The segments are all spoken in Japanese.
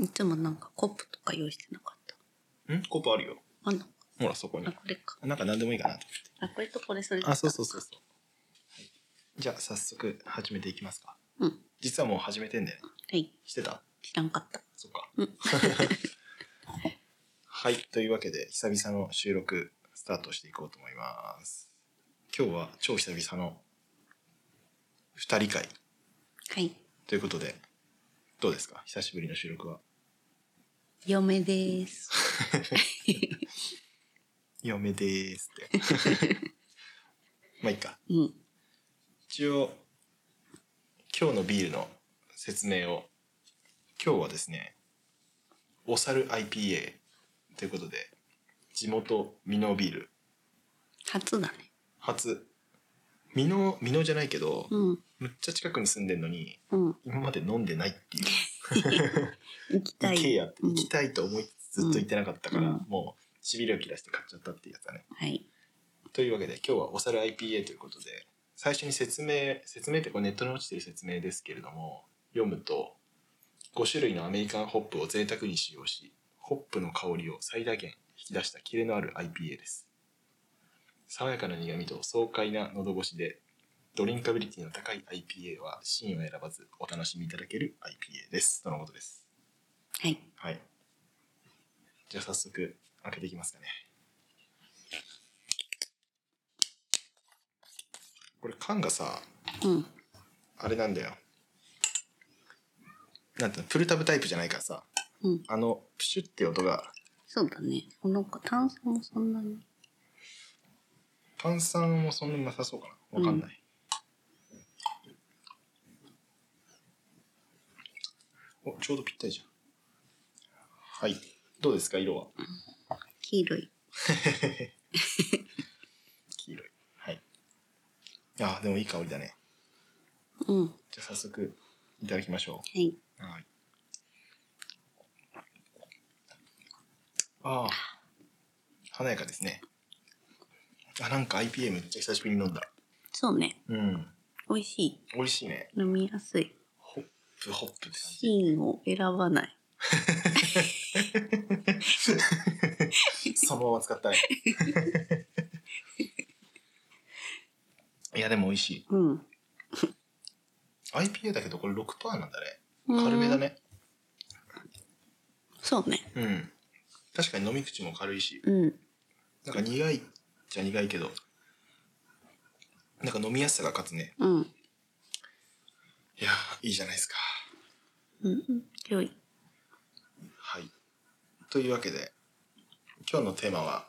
いつもなんかコップとか用意してなかった。 コップあるよ。 あんの？ ほらそこに。 あ、これか。 なんか何でもいいかなと思って。 あ、これとこれそれ。 あ、そうそうそうそう。はい、じゃあ早速始めていきますか。 うん。 実はもう始めてんだよね。 はい。 してた？ 知らんかった。 そっか。 うん。 はい。というわけで久々の収録スタートしていこうと思います。今日は超久々の二人会。 はい。 ということでどうですか？久しぶりの収録は。 嫁です。 嫁でーすってまあいいか。 うん。 一応今日のビールの説明を。今日はですね、お猿 IPA ということで、地元美濃ビール初だね。 初。美濃じゃないけど、 うん。 むっちゃ近くに住んでんのに、 うん。 今まで飲んでないっていう行きたい。 行きたいと思いつつずっと行ってなかったから、 うん、 もうしびれを切らして買っちゃったっていうやつだね。 はい。 というわけで今日はお猿 IPA ということで、最初に説明ってこれネットに落ちてる説明ですけれども、読むと5種類のアメリカンホップを贅沢に使用し、ホップの香りを最大限引き出したキレのある IPA です。爽やかな苦味と爽快な喉越しでドリンカビリティの高い IPA はシーンを選ばずお楽しみいただける IPA ですとのことです。 はい。 はい。じゃあ早速開けていきますかね。これ缶がさ、 うん。 あれなんだよ。なんていうの、プルタブタイプじゃないからさ、 うん。 プシュって音が。 そうだね。なんか炭酸もそんなに。 炭酸もそんなになさそうかな。わかんない。お、ちょうどぴったりじゃん。はい。どうですか、色は。 黄色い。 黄色い。はい。あ、でもいい香りだね。 うん。 じゃあ早速いただきましょはい。 う。はい。ああ、華やかですね。あ、なんか IPA めっちゃ久しぶりに飲んだ。 そうね。 うん。 美味しい。 美味しいね。 飲みやすい。 ホップって感じ。 シーンを選ばない。 そのまま使ったね。いやでも美味しい。 うん。 IPA だけどこれ 6% なんだね。軽めだね。 そうね。 うん。確かに飲み口も軽いし、 うん。 なんか苦いっちゃ苦いけど、なんか飲みやすさが勝つね。 うん。 いやいいじゃないですか。 うん。良い。 はい。というわけで今日のテーマは、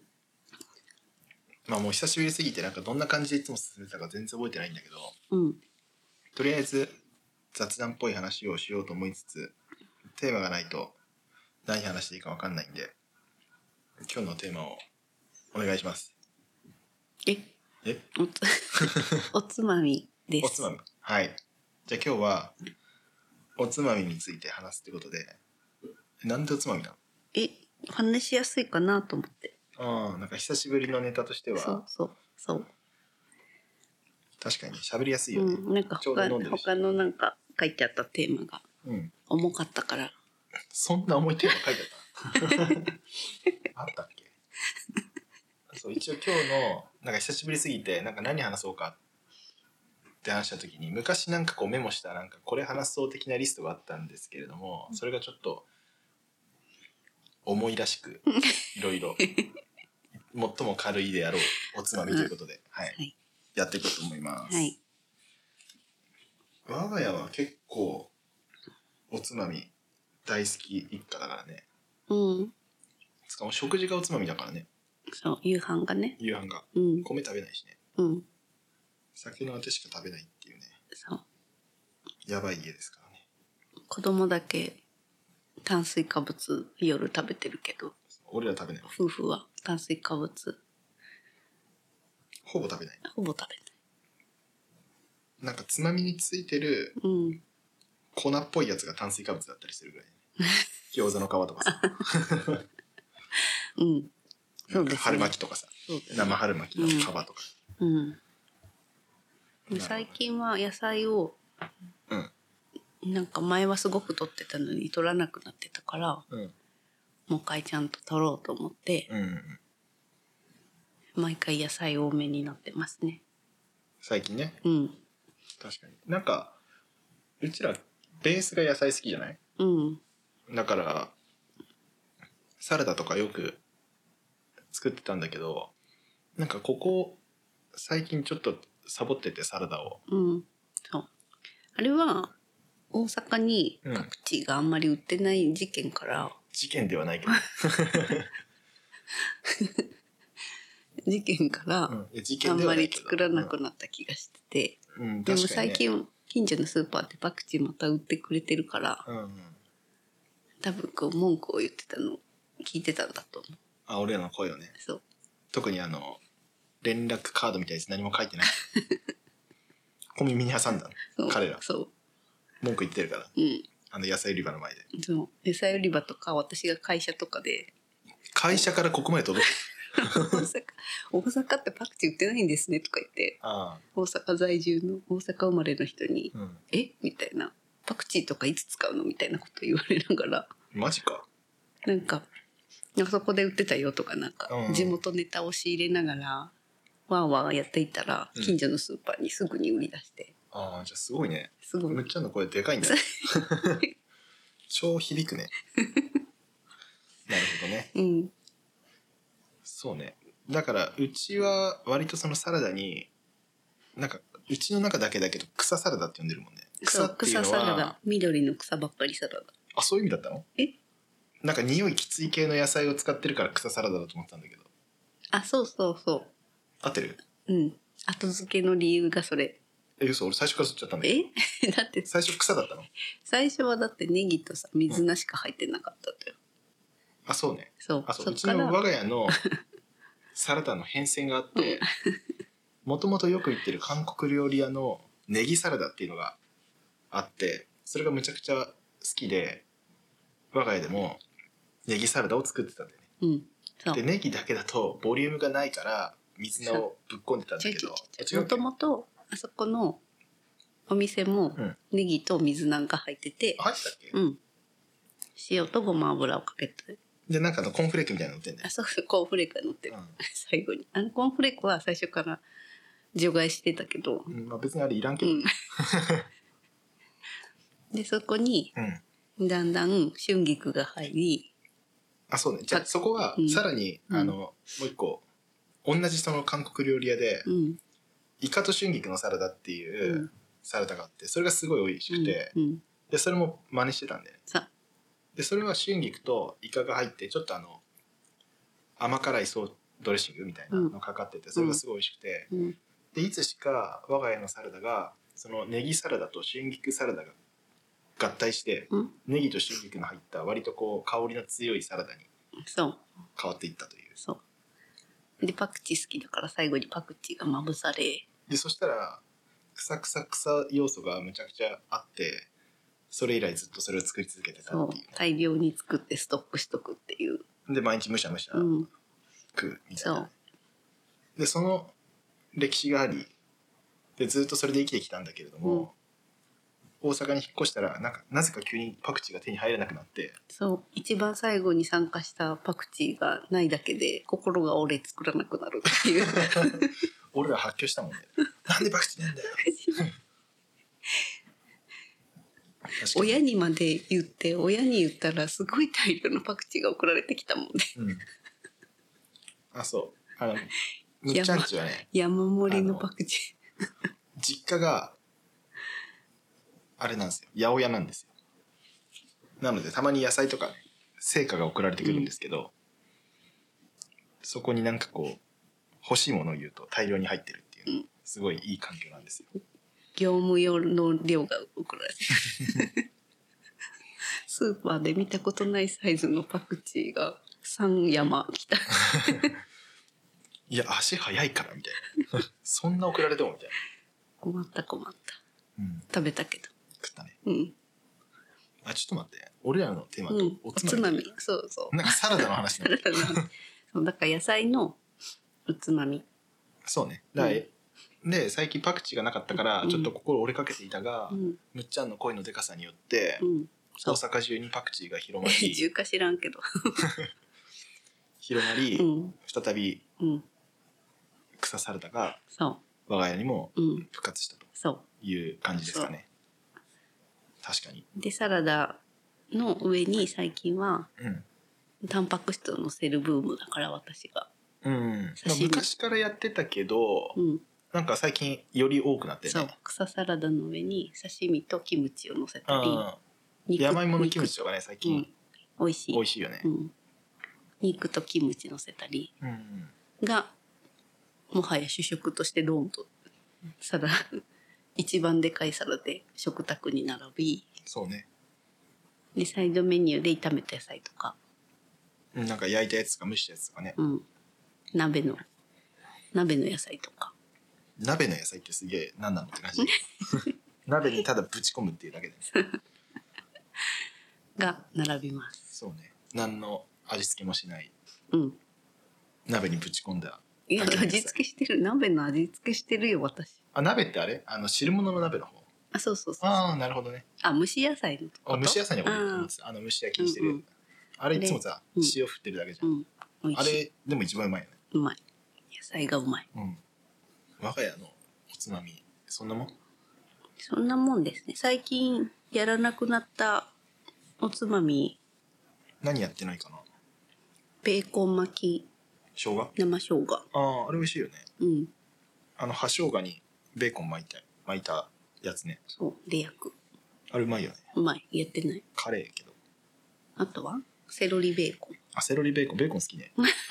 まあもう久しぶりすぎてなんかどんな感じでいつも進めてたか全然覚えてないんだけど、 うん。 とりあえず雑談っぽい話をしようと思いつつ、テーマがないと何話していいか分かんないんで、今日のテーマをお願いします。 えおつまみです。 おつまみ。はい。じゃあ今日はおつまみについて話すってことで、なんでおつまみなの？ 話しやすいかなと思って。 ああ、なんか久しぶりのネタとしては、 そう確かに喋りやすいよね。 なんかちょうど飲んでるし。 他のなんか書いてあったテーマが重かったから。 そんな重いテーマ書いてあった？あったっけ？そう、一応今日のなんか久しぶりすぎてなんか何話そうかって話した時に、昔なんかこうメモしたなんかこれ話そう的なリストがあったんですけれども、それがちょっと重いらしく、いろいろ最も軽いであろうおつまみということで、はい、やっていこうと思います。はい。我が家は結構おつまみ大好き一家だからね。うん。しかも食事がおつまみだからね。 そう、夕飯がね。 夕飯が。米食べないしね。うん。酒のあてしか食べないっていうね。そう。やばい家ですからね。 子供だけ炭水化物夜食べてるけど。 俺ら食べない。 夫婦は炭水化物ほぼ食べない。 ほぼ食べない。 なんかつまみについてる粉っぽいやつが炭水化物だったりするぐらい、ね。餃子の皮とかさ。うん。そうですね。春巻きとかさ、ね、生春巻きの皮とか。うん。最近は野菜をなんか前はすごく取ってたのに取らなくなってたから、 うんもう一回ちゃんと取ろうと思って、 うんうん。 毎回野菜多めになってますね。 最近ね。 うん。 確かに。なんかうちらベースが野菜好きじゃない？ うん。 だからサラダとかよく作ってたんだけど、なんかここ最近ちょっとサボっててサラダを。 うん。そう。あれは大阪にうんパクチーがあんまり売ってない事件から、 事件ではないけど。 事件からうん、いや事あんまり件ではないけど。 作らなくなった気がしてて、 うん、うん、 でも確かにね。 最近近所のスーパーでパクチーまた売ってくれてるから、 うんうん。 多分こう文句を言ってたのを聞いてたんだと思う。 あ、俺らの声をね。 そう。 特に連絡カードみたいなやつ何も書いてない。小耳に挟んだそうの彼ら。 そ文句言ってるから。 う。うん。 野菜売り場の前で。 そう野菜売り場とか私が会社とかで会社からここまで届く。 大阪ってパクチー売ってないんですねとか言って、 あ大阪在住の大阪生まれの人に、 あ、うん。 えみたいな、パクチーとかいつ使うのみたいなこと言われながら、 マジか。 なんかあそこで売ってたよとか、なんかうん地元ネタを仕入れながらワーワーやっていたら、 うん近所のスーパーにすぐに売り出して、 ああ、じゃあすごいね。 すごいむっちゃんの声でかいんだね。超響くね。なるほどね。 うん。 そうね。だからうちは割とそのサラダになんかうちの中だけだけど草サラダって呼んでるもんね。 そう草っていうの草サラダ、 は緑の草ばっかりサラダ。 あ、そういう意味だったの？ えなんか匂いきつい系の野菜を使ってるから草サラダだと思ってたんだけど。 あ、そうそうそ合ってる？ う。うん。後付けの理由がそれ。 嘘、俺最初からそっちゃったんだけど。 だって最初草だったの？ 最初はだってネギとさ水菜しか入ってなかったんだよ。 あ、そうね。 そう。 あ、そう。 そうっからちの我が家のサラダの変遷があって、もともとよく行ってる韓国料理屋のネギサラダっていうのがあって、それがむちゃくちゃ好きで、我が家でもネギサラダを作ってたんだよね。 うん。そうで、ネギだけだとボリュームがないから水菜をぶっ込んでたんだけど、 もともとあそこのお店もうんネギと水菜が入ってて、 入ってたっけ？ うん。塩とごま油をかけて、 で、なんかコーンフレークみたいなの乗ってんだよ。 あ、そうコーンフレークが乗ってる、 うん最後に。コーンフレークは最初から除外してたけど、 うん、まあ別にあれいらんけど。 うん。でそこにうん。 だんだん春菊が入り、 あ、そうね。じゃあそこはうんさらに、 うんもう一個、同じその韓国料理屋で、 うんイカと春菊のサラダっていううんサラダがあって、それがすごい美味しくて、 うん、 で、それも真似してたんだよね。 さで、それは春菊とイカが入って、ちょっと甘辛いドレッシングみたいなのかかってて、それがすごい美味しくて、 うんで、いつしか我が家のサラダが、そのネギサラダと春菊サラダが合体して、 うんネギと春菊の入った割とこう香りの強いサラダにそう変わっていったという。 そうでパクチー好きだから最後にパクチーがまぶされ、 で、そしたら、草要素がむちゃくちゃあって、それ以来ずっとそれを作り続けてたそうっていう。 大量に作ってストックしとくっていう、 で、毎日むしゃむしゃうん食うみたいな。 そうで、その歴史があり、で、ずっとそれで生きてきたんだけれども、大阪に引っ越したら、なぜか急にパクチーが手に入らなくなって、 そう一番最後に参加したパクチーがないだけで心が折れ作らなくなるっていう俺ら発狂したもんね。なんでパクチーなんだよ。確かに親にまで言って、親に言ったらすごい大量のパクチーが送られてきたもんね。 うん。あ、そう。むっちゃんちはね、 山盛りのパクチ実家が、あれなんですよ。八百屋なんですよ。なので、たまに野菜とかね、成果が送られてくるんですけど、そこになんかこう、欲しいものを言うと大量に入ってるっていう、すごいいい環境なんですよ。 ー、業務用の量が送られてるスーパーで見たことないサイズのパクチーが3山来たいや、足早いからみたいな。そんな送られてもみたい困った困った。 な。うん。 食べたけど。 食ったね。 うん。 あ、ちょっと待って。俺らのテーマとうん。 おつまみ。 そうそう。 なんかサラダの話になってる。 そうだから野菜のおつまみ。 そうね。だから、 で最近パクチーがなかったからうんちょっと心折れかけていたが、 うんむっちゃんの声のでかさによって、 うんそ大う阪中にパクチーが広ま重りか知らんけど広まり、 うん再びうん草サラダがそ我が家にもううん復活したとそいう感じですかね。確かに。 うでサラダの上に最近はうんタンパク質を乗せるブームだから私がうん、まあ、 刺身昔からやってたけど、 うんなんか最近より多くなってそうね。 草サラダの上に刺身とキムチを乗せたりうん、山芋のキムチとかね最近うん美味しい美味しいよね。 うん、肉とキムチ乗せたりうんがもはや主食としてドーンとサラ一番でかいサラで食卓に並びそうね。 でサイドメニューで炒めた野菜とか、 うんなんか焼いたやつとか蒸したやつとかね。 うん、鍋の野菜とか鍋の野菜ってすげえ何なのって感じ。鍋にただぶち込むっていうだけで。 が並びます。 そうね。何の味付けもしないうん鍋にぶち込んだいやだけの野菜。 味付けしてる鍋の味付けしてるよ私。 あ、鍋ってあれ汁物の鍋の方。 あそうそうそうああなるほどね。 蒸し野菜のこと蒸し野菜のこと言ってます。蒸し焼きにしてる、 うんうんあれいつもさ、 うん塩振ってるだけじゃん、 うん美味あしいれでも一番うまいよね。 うまい野菜がうまいうん我が家のおつまみそんなもん。 そんなもんですね。最近やらなくなったおつまみ何やってないかな。 ベーコン巻生姜。 き生生姜あああれ美味しいよね。 うん葉生姜にベーコン巻いたやつね。 そうで焼くあれうまいよね。 うまいやってない。 カレーやけど。 あとはセロリベーコンセロリベーコン好きね。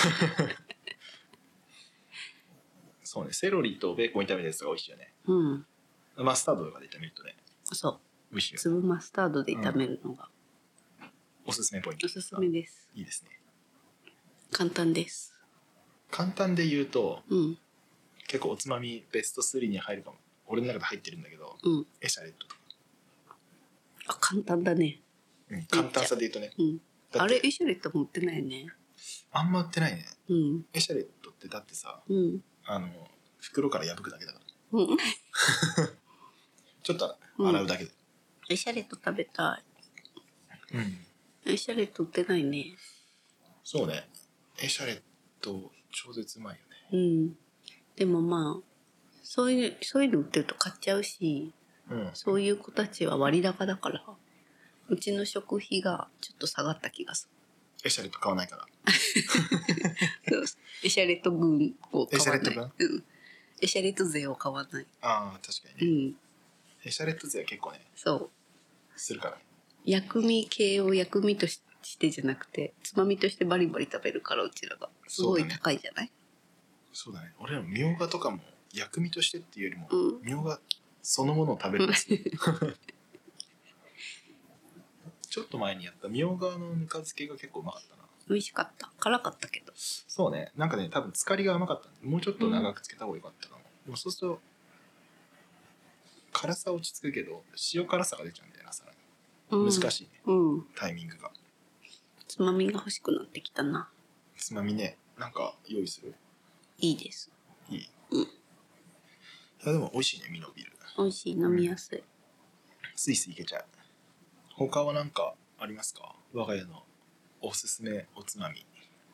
そうね、セロリとベーコン炒めたやつが美味しいよね。 うんマスタードとかで炒めるとねそう美味しいよね。 粒マスタードで炒めるのがおすすめポイントおすすめです。 いいですね。 簡単です。 簡単で言うとうん結構おつまみベスト3に入るかも。俺の中で入ってるんだけど、 うんエシャレットとか、 あ簡単だね。 簡単さで言うとね。 うんだってあれエシャレット持ってないね。 あんま売ってないね。 うんエシャレットってだってさうん袋から破くだけだからうんちょっと洗うだけで。 エシャレット食べたうん、 い。エシャレット売ってないね。 そうね。エシャレット超絶うまいよね。 うんでもまあそういうの売ってると買っちゃうし、 うんそういう子たちは割高だからうちの食費がちょっと下がった気がすエシャレット買わないから。 る。エシャレット分を買わない。 エシャレット分うん。エシャレット税を買わない。 ああ確かうにね、 ん。 エシャレット税は結構ねそう。 するからね。 薬味系を薬味としてじゃなくてつまみとしてバリバリ食べるからうちらがすごい高いじゃない？ そうだね。俺らもみょうがとかも薬味としてっていうよりも、 うんみょうがそのものを食べるんですよ。ちょっと前にやったみょうがのぬか漬けが結構うまかったな。 美味しかった。辛かったけど。 そうね。なんかね多分漬かりが甘かったんでもうちょっと長く漬けた方がよかったかも、でもそうすると辛さ落ち着くけど塩辛さが出ちゃうんだよな。さらにうん、 難しいね、 うん。 タイミングが。 つまみが欲しくなってきたな。 つまみねなんか用意する。 いいです。 いい、 うんいやでも美味しいねミノビール。 美味しい。飲みやすい。 スイスイいけちゃう。他は何かありますか。我が家のおすすめおつまみ。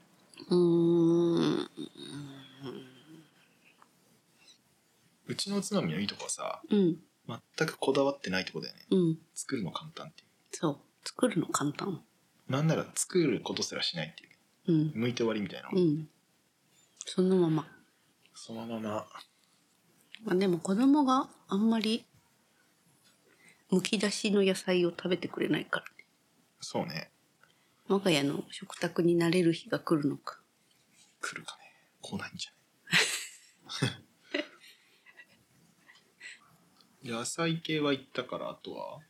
うちのおつまみのいいとこはさうん。 全くこだわってないとこだよね。 うん。 作るの簡単っていそう。作るの簡単。 う。なんなら作ることすらしないっていう。 うん。 剥いて終わりみたいな、 うん。そのまま。 そのまま。 まあでも子供があんまりむき出しの野菜を食べてくれないからね。 そうね。 我が家の食卓になれる日が来るのか。 来るかね。来ないんじゃない野菜系は言ったからあとは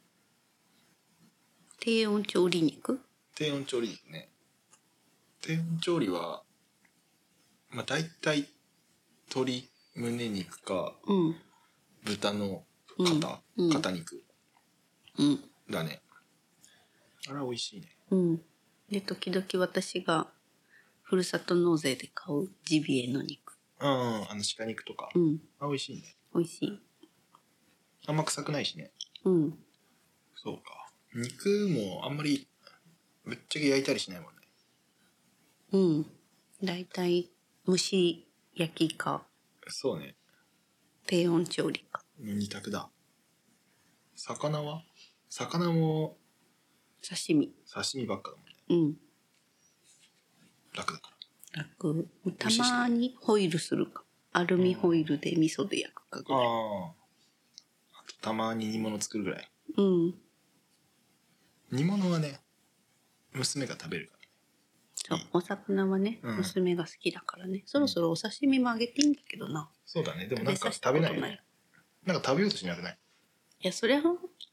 低温調理肉？ 低温調理ですね。低温調理は大体鶏胸肉かうん。 豚のうん肩肉うん。 だね。あれは美味しいね。 うん。で、時々私がふるさと納税で買うジビエの肉。 鹿肉とか、 うん美味しいね。 美味しい。 あんま臭くないしね。 うんそうか。肉もあんまりぶっちゃけ焼いたりしないもんね。 うんだいたい蒸し焼きかそうね。 低温調理か。 二択だ。魚は？魚も刺身。 刺身ばっかだもんね。 うん楽だか楽。たまにホイルするか、アルミホイルで味噌で焼くかぐら。 らい。 あとたまに煮物作るぐらい。 うん煮物はね、娘が食べるからね。 そうお魚はね、 うん娘が好きだからね。そろそろお刺身もあげていいんだけどな。 そうだね。でもなんか食べさせたことない食べないよね。なんか食べようとしなくない？ いやそりゃ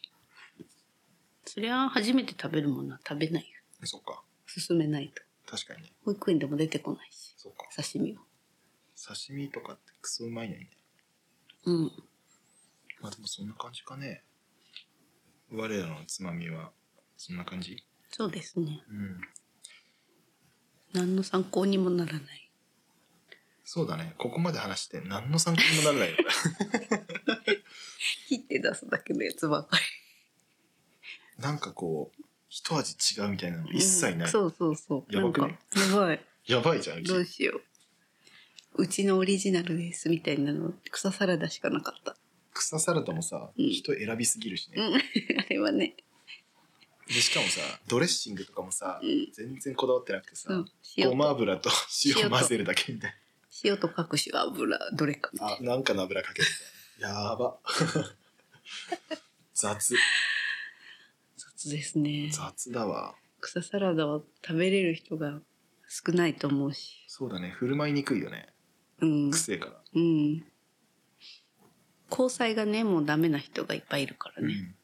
初めて食べるものは食べないよ。 そっか。 勧めないと。 確かにね。 保育園でも出てこないし、 そっか。 刺身は。 刺身とかってクソうまいのにね。 うんまあでもそんな感じかね。我らのつまみはそんな感じ？ そうですね。 うん。 何の参考にもならない。 そうだね。ここまで話して何の参考にもならないよ。 切って出すだけのやつばかなんかこう一味違うみたいなのり。 一切ない。 そうそうそう。 やばくねなんかやばい。 やばいじゃん。うちどうしよう。うちのオリジナルですみたいなの草サラダしかなかった。 草サラダもさ、 うん人選びすぎるしね。 うんあれはね。 でしかもさドレッシングとかもさ、 うん全然こだわってなくてさ、 うんごま塩と油と塩混ぜるだけみたい塩と各種油どれかみたいな。あ、なんかの油かけるみたいな。やば。雑雑ですね。 雑だわ。 草サラダは食べれる人が少ないと思うし。 そうだね。振る舞いにくいよね。 うん癖から。 うん。交際がねもうダメな人がいっぱいいるからね。 うん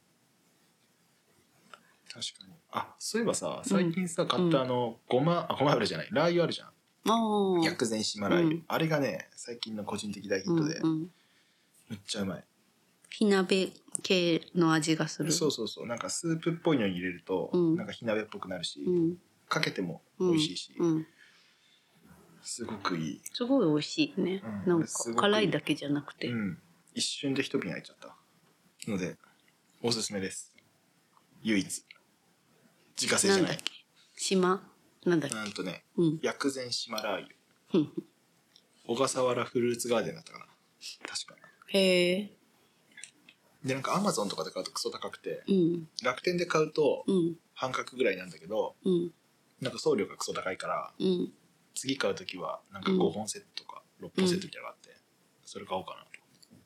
確かに。あ、そういえばさ、最近さ、買ったごま油じゃない、ラー油あるじゃん。 ああ。 薬膳島ラー油、 うんあれがね、最近の個人的大ヒうんットで、 うん。 めっちゃうまい。 火鍋系の味がする。 そうそうそう。なんかスープっぽいのに入れると、 うんなんか火鍋っぽくなるし、 うん。 かけても美味しいし、 うん。 すごくいい。 すごい美味しいね。 うんなんかすごくいい辛いだけじゃなくて。 うん。一瞬で一瓶入っちゃった。ので、おすすめです。唯一。自家製じゃない。 なんだっけ。島なんだっけ。 なんとね、 うん。 薬膳島ラー油。 うん小笠原フルーツガーデンだったかな。確か。 へえ。 で、なんかアマゾンとかで買うとクソ高くて、 うん楽天で買うとうん半額ぐらいなんだけど、 うんなんか送料がクソ高いから、 うん。 次買うときはなんか5本セットとか6本セットみたいなのがあって、それ買おうかなと。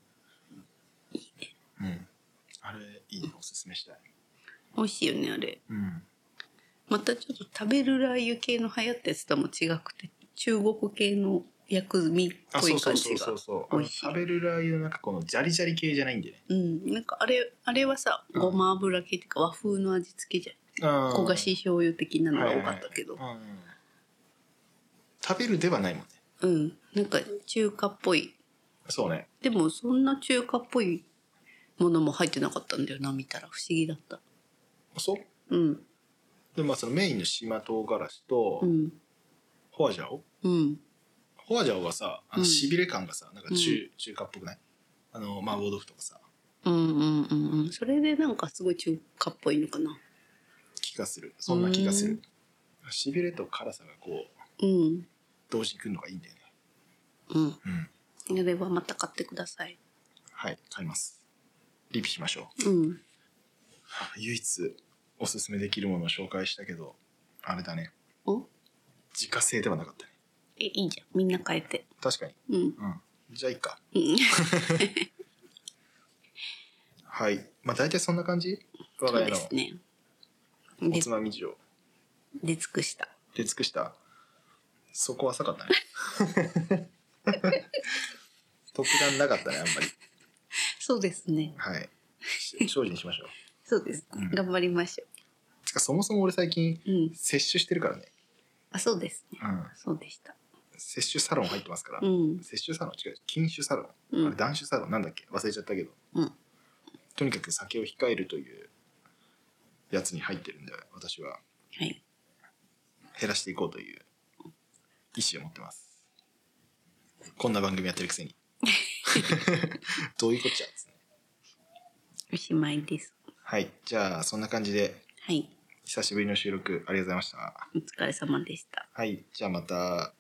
うん。あれいいね、おすすめしたい。 美味しいよねあれ。 うん。 またちょっと食べるラー油系の流行ったやつとも違くて、中国系の薬味っあ、 ぽそうそうい感じがそうそうそう。 美味しい。 食べるラー油のなんかこのジャリジャリ系じゃないんでね。 うん、なんかあれはさ、 うんごま油系っていうか和風の味付けじゃん。焦がし醤油的なのが多かったけど、 はいはいはい食べるではないもんね。 うん、なんか中華っぽい。 そうね。 でもそんな中華っぽいものも入ってなかったんだよな、見たら不思議だった。 そううんでもまあそのメインの島唐辛子とうんホアジャオ、 うんホアジャオはさ、 うんしびれ感がさ、なんか中華っぽくない？麻婆豆腐とかさ、 うんうんうんうん。それでなんかすごい中華っぽいのかな。 気がする。そんな気がする。しびれと辛さがこううん同時に来るのがいいんだよね。 うん。 うん。 あれはまた買ってください。 はい、買います。リピしましょう。 うん唯一おすすめできるものを紹介したけど、あれだね。 お自家製ではなかったね。 いいじゃん、みんな変えて。 確かに。 うんうん。じゃあいいか。 うんはい。まあ大体そんな感じ？我そうが家のですね。 おつまみ事情。 出尽くした。 出尽くした。そこ浅かったね。特段なかったね、あんまり。 そうですね。 はい。精進しましょう。 そうです、 うん頑張りましょつかそもそも俺最近う。うん。 摂取してるからね。 あ、そうですね。 うん。 そうでした。 摂取サロン入ってますから。 うん摂取サロン違う。禁酒サロン。 うんあれ断酒サロンなんだっけ忘れちゃったけど。 うんとにかく酒を控えるというやつに入ってるんで、私ははい。 減らしていこうという意思を持ってます。 こんな番組やってるくせにどういうこっちゃですね。 おしまいです。 はい、じゃあそんな感じではい。 久しぶりの収録ありがとうございました。 お疲れ様でした。 はい、じゃあまた